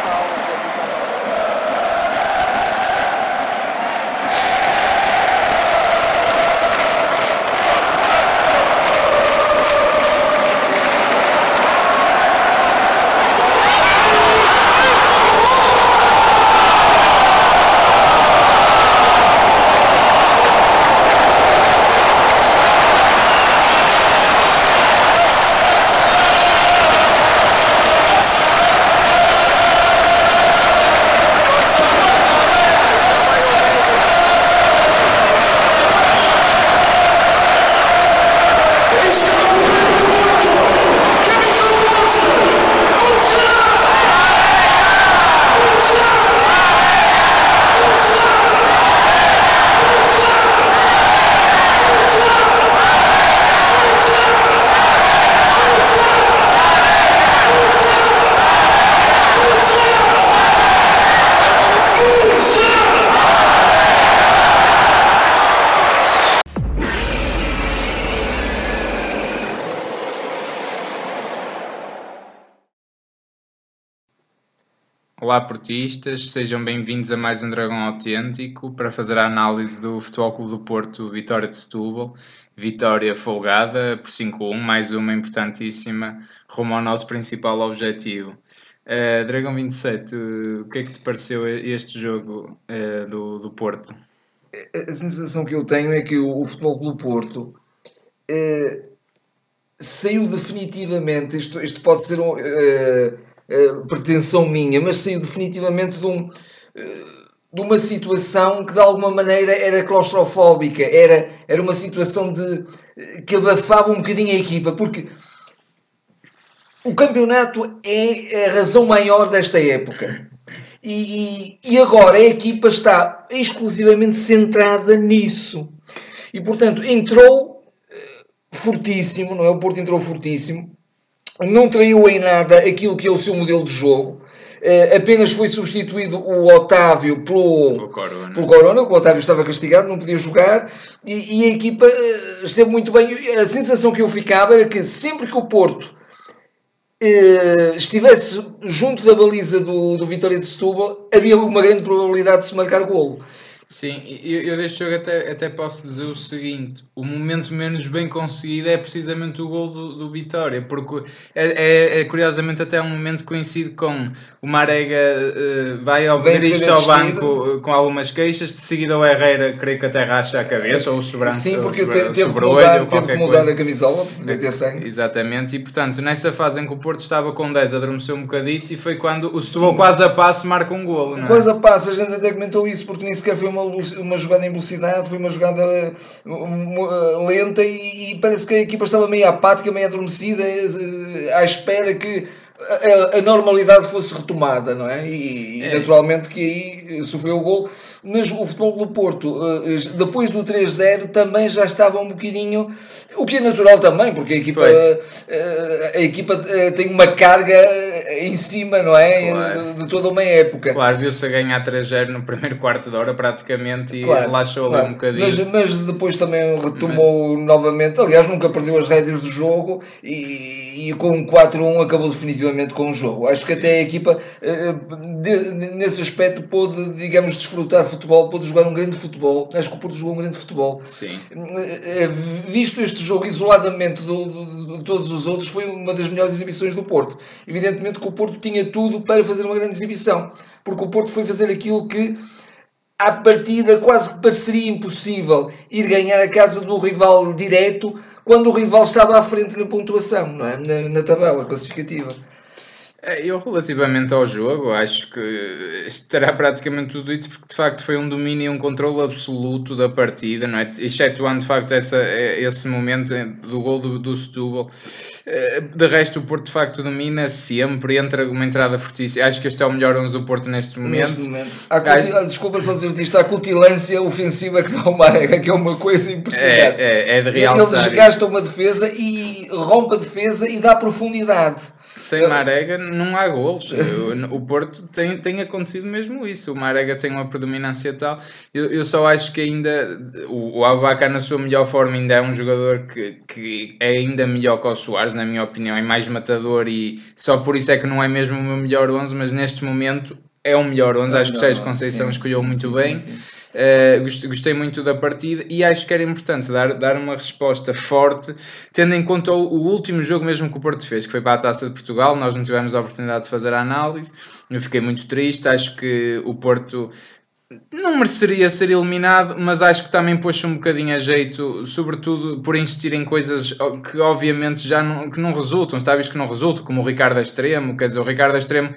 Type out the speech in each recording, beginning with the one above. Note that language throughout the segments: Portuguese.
Olá portistas, sejam bem-vindos a mais um Dragão Autêntico para fazer a análise do Futebol Clube do Porto Vitória de Setúbal. Vitória folgada por 5-1, mais uma importantíssima rumo ao nosso principal objetivo. Dragão 27, o que é que te pareceu este jogo do Porto? A sensação que eu tenho é que o Futebol Clube do Porto saiu definitivamente, isto pode ser pretensão minha, mas saiu definitivamente de uma situação que de alguma maneira era claustrofóbica, era uma situação que abafava um bocadinho a equipa, porque o campeonato é a razão maior desta época. E agora a equipa está exclusivamente centrada nisso. E portanto entrou fortíssimo, não é? O Porto entrou fortíssimo. Não traiu em nada aquilo que é o seu modelo de jogo. Apenas foi substituído o Otávio pelo Corona. O Otávio estava castigado, não podia jogar. E a equipa esteve muito bem. A sensação que eu ficava era que sempre que o Porto estivesse junto da baliza do Vitória de Setúbal, havia uma grande probabilidade de se marcar golo. Sim, eu deste jogo até posso dizer o seguinte: o momento menos bem conseguido é precisamente o gol do Vitória, porque é curiosamente até um momento que coincide com o Marega vai dirige-se ao banco com algumas queixas, de seguida o Herrera creio que até racha a cabeça, ou o sobrancelho. Sim, porque teve que mudar a camisola, porque ter sangue. Exatamente, e portanto nessa fase em que o Porto estava com 10 adormeceu um bocadito e foi quando o Setúbal quase a passo marca um golo, não é? Quase a passo, a gente até comentou isso, porque nem sequer foi uma jogada em velocidade, foi uma jogada lenta e parece que a equipa estava meio apática, meio adormecida, à espera que a normalidade fosse retomada, não é? E naturalmente que aí sofreu o gol. Mas o Futebol do Porto, depois do 3-0, também já estava um bocadinho, o que é natural também, porque a equipa tem uma carga em cima, não é? Claro. De toda uma época. Claro, viu-se a ganhar 3-0 no primeiro quarto de hora praticamente e relaxou ali um bocadinho. Mas depois também retomou novamente, aliás nunca perdeu as rédeas do jogo e com 4-1 acabou definitivamente com o jogo. Acho que até a equipa nesse aspecto pôde, digamos, desfrutar futebol, pôde jogar um grande futebol. Acho que o Porto jogou um grande futebol. Sim. Visto este jogo isoladamente de todos os outros, foi uma das melhores exibições do Porto. Evidentemente que o Porto tinha tudo para fazer uma grande exibição, porque o Porto foi fazer aquilo que à partida quase que pareceria impossível, ir ganhar a casa do rival direto quando o rival estava à frente na pontuação, não é? na tabela classificativa. Eu, relativamente ao jogo, acho que estará praticamente tudo isso, porque de facto foi um domínio e um controle absoluto da partida, não é? Excetuando de facto esse momento do gol do Setúbal. De resto, o Porto de facto domina sempre, entra uma entrada fortíssima. Acho que este é o melhor 11 do Porto neste momento. Desculpa só dizer isto, a cutilância ofensiva que dá o Marega, que é uma coisa impressionante. É de realçar. Ele desgasta uma defesa e rompe a defesa e dá profundidade. Sem Marega não há golos. O Porto tem acontecido mesmo isso. O Marega tem uma predominância tal. Eu só acho que ainda o Abubacar, na sua melhor forma, ainda é um jogador que é ainda melhor que o Soares, na minha opinião. É mais matador e só por isso é que não é mesmo o meu melhor 11, mas neste momento é o melhor 11. Acho que o Sérgio Conceição escolheu muito bem. Gostei muito da partida e acho que era importante dar uma resposta forte, tendo em conta o último jogo mesmo que o Porto fez, que foi para a Taça de Portugal. Nós não tivemos a oportunidade de fazer a análise. Eu fiquei muito triste. Acho que o Porto não mereceria ser eliminado, mas acho que também pôs-se um bocadinho a jeito, sobretudo por insistir em coisas que obviamente já não, que não resultam, está visto que não resultam, como o Ricardo a extremo. Quer dizer, o Ricardo a extremo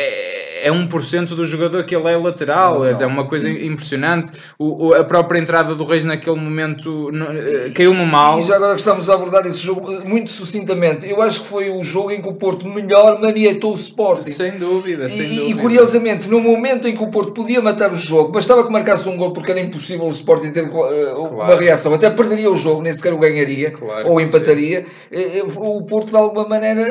é 1% do jogador que ele é lateral, é uma coisa impressionante. A própria entrada do Reis naquele momento caiu-me mal. E já agora que estamos a abordar esse jogo muito sucintamente, eu acho que foi o jogo em que o Porto melhor manietou o Sporting. Sem dúvida. E curiosamente, no momento em que o Porto podia matar o jogo, bastava que marcasse um gol, porque era impossível o Sporting ter uma reação, até perderia o jogo, nem sequer o ganharia, ou empataria. O Porto de alguma maneira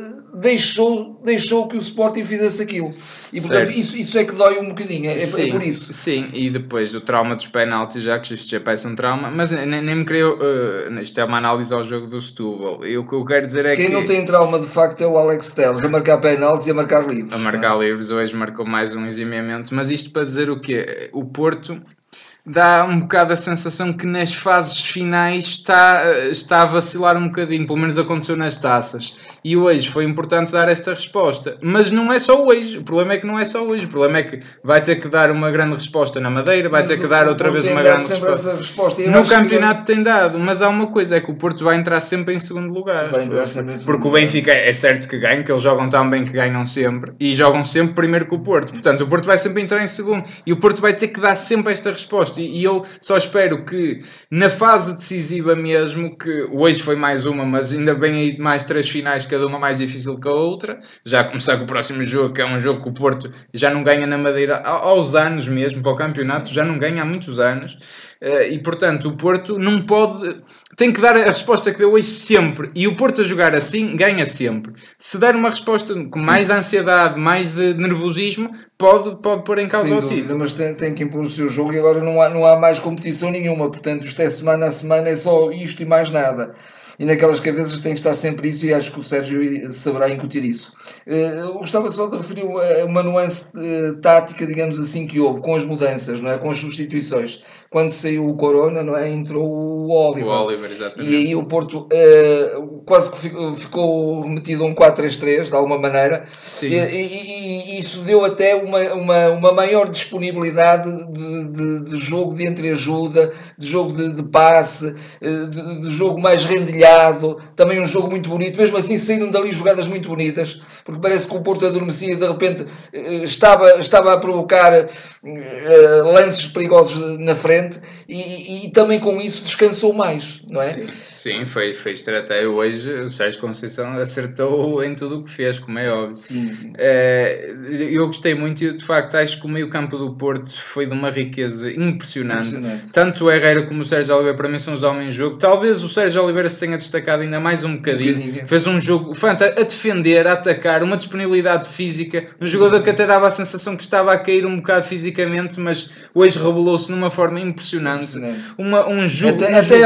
deixou que o Sporting fizesse aquilo, e portanto isso é que dói um bocadinho, é por isso. Sim, e depois o trauma dos penaltis, já que isto já parece um trauma, mas nem me creio, isto é uma análise ao jogo do Setúbal, e o que eu quero dizer é quem não tem trauma de facto é o Alex Telles, a marcar penaltis e a marcar livros. Livros, hoje marcou mais um eximiamente, mas isto para dizer o quê? O Porto dá um bocado a sensação que nas fases finais está a vacilar um bocadinho, pelo menos aconteceu nas taças, e hoje foi importante dar esta resposta, mas não é só hoje. O problema é que não é só hoje, o problema é que vai ter que dar uma grande resposta na Madeira, vai ter que dar outra vez uma grande resposta. No campeonato tem dado, mas há uma coisa, é que o Porto vai entrar sempre em segundo lugar, porque o Benfica é certo que ganha, que eles jogam tão bem que ganham sempre, e jogam sempre primeiro que o Porto, portanto o Porto vai sempre entrar em segundo, e o Porto vai ter que dar sempre esta resposta. E eu só espero que na fase decisiva mesmo, que hoje foi mais uma, mas ainda bem aí mais 3 finais, cada uma mais difícil que a outra, já começar com o próximo jogo, que é um jogo que o Porto já não ganha na Madeira aos anos mesmo, para o campeonato. Sim. Já não ganha há muitos anos, e portanto o Porto não pode, tem que dar a resposta que deu hoje sempre, e o Porto a jogar assim ganha sempre. Se der uma resposta com mais de ansiedade, mais de nervosismo, pode pôr em causa o título. Mas tem que impor o seu jogo, e agora não há mais competição nenhuma, portanto isto é semana a semana, é só isto e mais nada. E naquelas cabeças tem que estar sempre isso, e acho que o Sérgio saberá incutir isso. Eu gostava só de referir uma nuance tática, digamos assim, que houve com as mudanças, não é? Com as substituições. Quando saiu o Corona, não é? Entrou o Oliver. O Oliver, exatamente. E aí o Porto quase que ficou remetido a um 4-3-3, de alguma maneira. Sim. E isso deu até uma maior disponibilidade de jogo de entreajuda, de jogo de passe, de jogo mais rendilhado, também um jogo muito bonito. Mesmo assim saíram dali jogadas muito bonitas, porque parece que o Porto adormecia e de repente estava a provocar lances perigosos na frente, e também com isso descansou mais, não é? Sim, foi estratégia. Hoje o Sérgio Conceição acertou em tudo o que fez, como é óbvio. Sim. Eu gostei muito, e de facto acho que o meio campo do Porto foi de uma riqueza impressionante. Tanto o Herrera como o Sérgio Oliveira para mim são os homens de jogo. Talvez o Sérgio Oliveira se tenha destacado ainda mais um bocadinho. Fez um jogo fantástico, a defender, a atacar, uma disponibilidade física, um jogador que até dava a sensação que estava a cair um bocado fisicamente, mas hoje revelou-se numa forma impressionante. Um jogo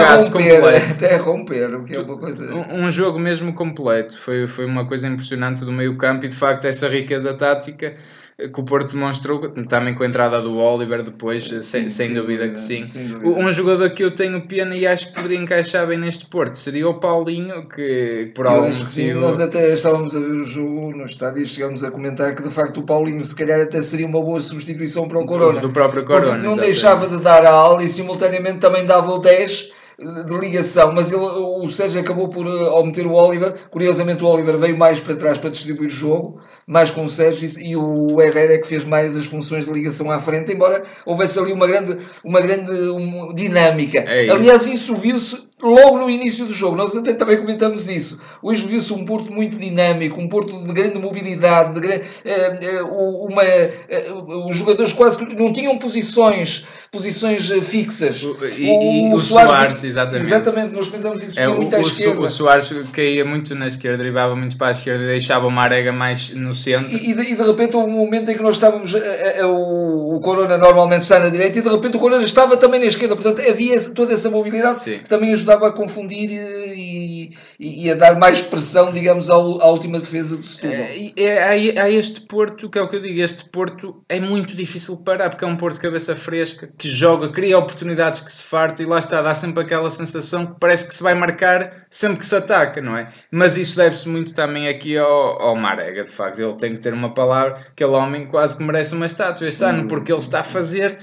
até romper, o que é uma coisa... Um jogo mesmo completo. Foi uma coisa impressionante do meio campo, e de facto essa riqueza tática que o Porto demonstrou, também com a entrada do Oliver depois, sem dúvida que sim. Um jogador que eu tenho pena e acho que poderia encaixar bem neste Porto seria o Paulinho, que por algum motivo... Nós até estávamos a ver o jogo no estádio e chegámos a comentar que de facto o Paulinho se calhar até seria uma boa substituição para o Corona. Do próprio Corona. Porque não deixava de dar a ala e simultaneamente também dava o 10 de ligação, mas o Sérgio acabou por, ao meter o Oliver, curiosamente o Oliver veio mais para trás para distribuir o jogo, mais com o Sérgio, e o Herrera é que fez mais as funções de ligação à frente, embora houvesse ali uma grande dinâmica. Aliás, isso viu-se logo no início do jogo, nós até também comentamos isso. Hoje viu-se um Porto muito dinâmico, um Porto de grande mobilidade, os jogadores quase que não tinham posições fixas. O Soares, exatamente. Exatamente, nós comentamos isso, muito à esquerda. O Soares caía muito na esquerda, derivava muito para a esquerda e deixava o Marega mais no centro. E de repente houve um momento em que nós estávamos, o Corona normalmente está na direita e de repente o Corona estava também na esquerda, portanto havia toda essa mobilidade. Sim. Que também ajudava a confundir e a dar mais pressão, digamos, à última defesa do Setúbal. Há este Porto, que é o que eu digo, este Porto é muito difícil de parar, porque é um Porto de cabeça fresca, que joga, cria oportunidades, que se farta, e lá está, dá sempre aquela sensação que parece que se vai marcar sempre que se ataca, não é? Mas isso deve-se muito também aqui ao Marega, de facto, ele tem que ter uma palavra, aquele homem quase que merece uma estátua este ano, porque ele está a fazer...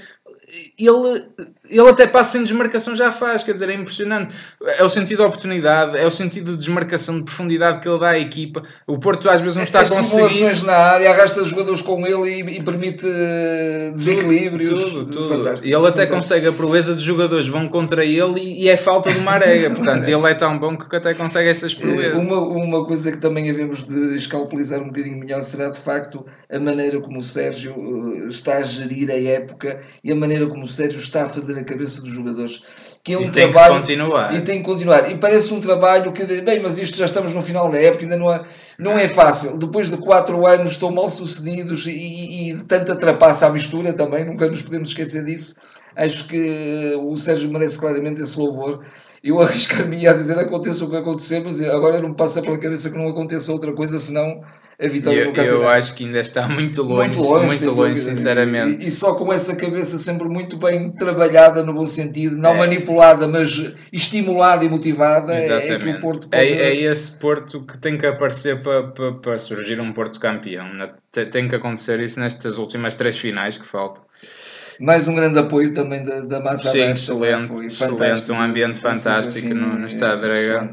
Ele até passa em desmarcação já faz, quer dizer, é impressionante. É o sentido de oportunidade, é o sentido de desmarcação, de profundidade que ele dá à equipa. O Porto às vezes não está a conseguir. Simulações na área, arrasta os jogadores com ele e permite desequilíbrios. Tudo. E ele até consegue a proeza de jogadores vão contra ele e é falta do Marega. Portanto, ele é tão bom que até consegue essas proezas. Uma coisa que também havemos de escalpelizar um bocadinho melhor será de facto a maneira como o Sérgio está a gerir a época e a maneira como o Sérgio está a fazer a cabeça dos jogadores, que é um trabalho e tem que continuar, e parece um trabalho que, bem, mas isto já estamos no final da época, ainda não é fácil, depois de 4 anos estão mal sucedidos e de tanta trapaça à mistura também, nunca nos podemos esquecer disso. Acho que o Sérgio merece claramente esse louvor. Eu arriscar-me a dizer aconteça o que acontecer, mas agora não me passa pela cabeça que não aconteça outra coisa senão a vitória no campeonato. Eu acho que ainda está muito longe, sinceramente. E só com essa cabeça sempre muito bem trabalhada no bom sentido, não manipulada, mas estimulada e motivada. Exatamente. É que o Porto pode... é esse Porto que tem que aparecer para surgir um Porto campeão. Tem que acontecer isso nestas últimas 3 finais que faltam. Mais um grande apoio também da massa aberta. Excelente, um ambiente fantástico no Estádio Dragão.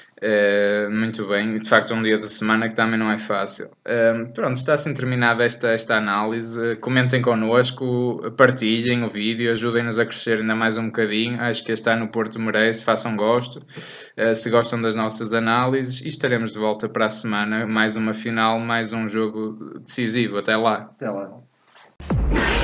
Muito bem, de facto um dia da semana que também não é fácil. Pronto, está assim terminada esta análise. Comentem connosco, partilhem o vídeo, ajudem-nos a crescer ainda mais um bocadinho. Acho que este ano o Porto merece, façam gosto. Se gostam das nossas análises, e estaremos de volta para a semana, mais uma final, mais um jogo decisivo. Até lá. Até lá.